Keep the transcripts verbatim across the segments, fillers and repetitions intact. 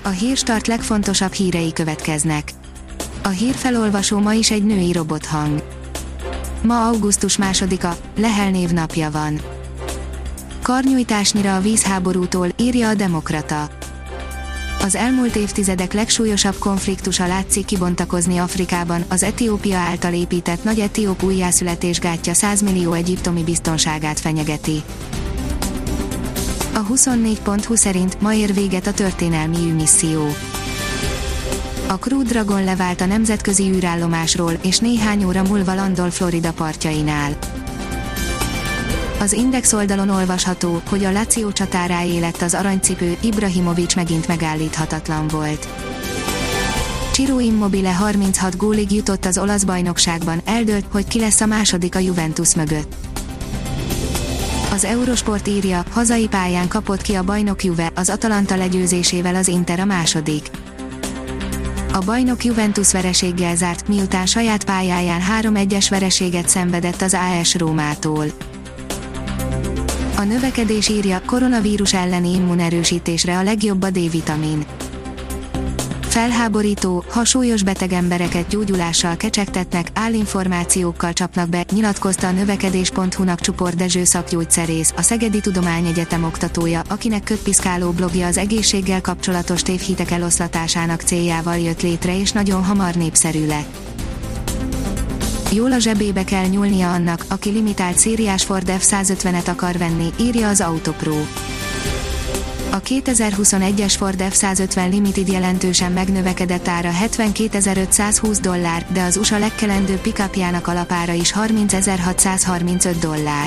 A Hírstart legfontosabb hírei következnek. A hírfelolvasó ma is egy női robothang. Ma augusztus másodika, Lehel névnapja van. Karnyújtásnyira a vízháborútól, írja a Demokrata. Az elmúlt évtizedek legsúlyosabb konfliktusa látszik kibontakozni Afrikában, az Etiópia által épített nagy etióp újjászületés gátja száz millió egyiptomi biztonságát fenyegeti. A huszonnégy pont hu szerint ma ér véget a történelmi űrmisszió. A Crew Dragon levált a nemzetközi űrállomásról, és néhány óra múlva landol Florida partjainál. Az Index oldalon olvasható, hogy a Lazio csatáráé lett az aranycipő, Ibrahimović megint megállíthatatlan volt. Ciro Immobile harminchat gólig jutott az olasz bajnokságban, eldőlt, hogy ki lesz a második a Juventus mögött. Az Eurosport írja, hazai pályán kapott ki a bajnok Juve, az Atalanta legyőzésével az Inter a második. A bajnok Juventus vereséggel zárt, miután saját pályáján három egyes vereséget szenvedett az á es Rómától. A növekedés írja, koronavírus elleni immunerősítésre a legjobb a D-vitamin. Felháborító, ha súlyos beteg embereket gyógyulással kecsegtetnek, állinformációkkal csapnak be, nyilatkozta a növekedés pont hu-nak Csupor Dezső szakgyógyszerész, a Szegedi Tudományegyetem oktatója, akinek kötpiszkáló blogja az egészséggel kapcsolatos tévhitek eloszlatásának céljával jött létre és nagyon hamar népszerű lett. Jól a zsebébe kell nyúlnia annak, aki limitált szériás Ford ef száz ötvenet akar venni, írja az Autopro. A kétezer-huszonegyes Ford ef száz ötven Limited jelentősen megnövekedett ára hetvenkétezer-ötszázhúsz dollár, de az u es á legkelendőbb pick-upjának alapára is harmincezer-hatszázharmincöt dollár.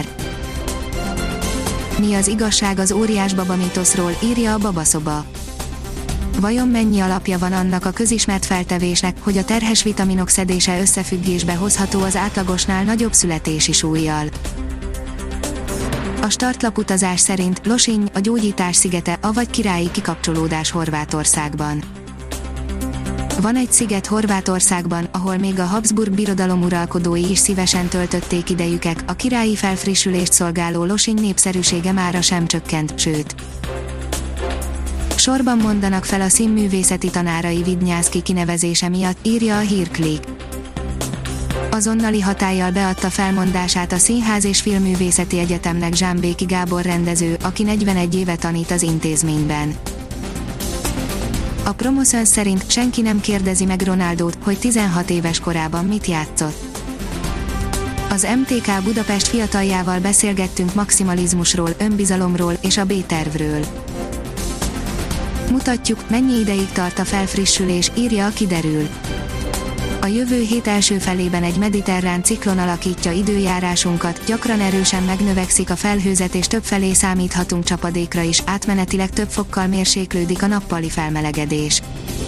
Mi az igazság az óriás baba mítoszról, írja a Babaszoba. Vajon mennyi alapja van annak a közismert feltevésnek, hogy a terhes vitaminok szedése összefüggésbe hozható az átlagosnál nagyobb születési súllyal? A startlap utazás szerint Losinj, a gyógyítás szigete, avagy királyi kikapcsolódás Horvátországban. Van egy sziget Horvátországban, ahol még a Habsburg birodalom uralkodói is szívesen töltötték idejüket, a királyi felfrissülést szolgáló Losinj népszerűsége mára sem csökkent, sőt. Sorban mondanak fel a színművészeti tanárai Vidnyánszky kinevezése miatt, írja a Hírklik. Azonnali hatállyal beadta felmondását a Színház és Filmművészeti Egyetemnek Zsámbéki Gábor rendező, aki negyvenegy éve tanít az intézményben. A Promoszöns szerint senki nem kérdezi meg Ronaldót, hogy tizenhat éves korában mit játszott. Az em té ká Budapest fiataljával beszélgettünk maximalizmusról, önbizalomról és a B-tervről. Mutatjuk, mennyi ideig tart a felfrissülés, írja a Kiderül. A jövő hét első felében egy mediterrán ciklon alakítja időjárásunkat, gyakran erősen megnövekszik a felhőzet és többfelé számíthatunk csapadékra is, átmenetileg több fokkal mérséklődik a nappali felmelegedés.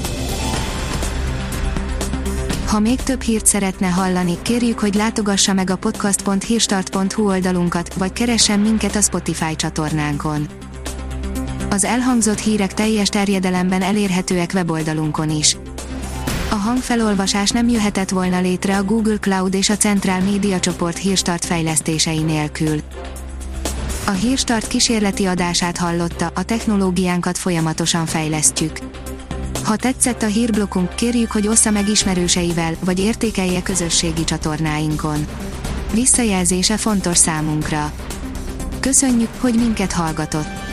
Ha még több hírt szeretne hallani, kérjük, hogy látogassa meg a podcast pont hírstart pont hu oldalunkat, vagy keressen minket a Spotify csatornánkon. Az elhangzott hírek teljes terjedelemben elérhetőek weboldalunkon is. A hangfelolvasás nem jöhetett volna létre a Google Cloud és a Centrál Média csoport Hírstart fejlesztései nélkül. A Hírstart kísérleti adását hallotta, a technológiánkat folyamatosan fejlesztjük. Ha tetszett a hírblokkunk, kérjük, hogy ossza meg ismerőseivel, vagy értékelje közösségi csatornáinkon. Visszajelzése fontos számunkra. Köszönjük, hogy minket hallgatott!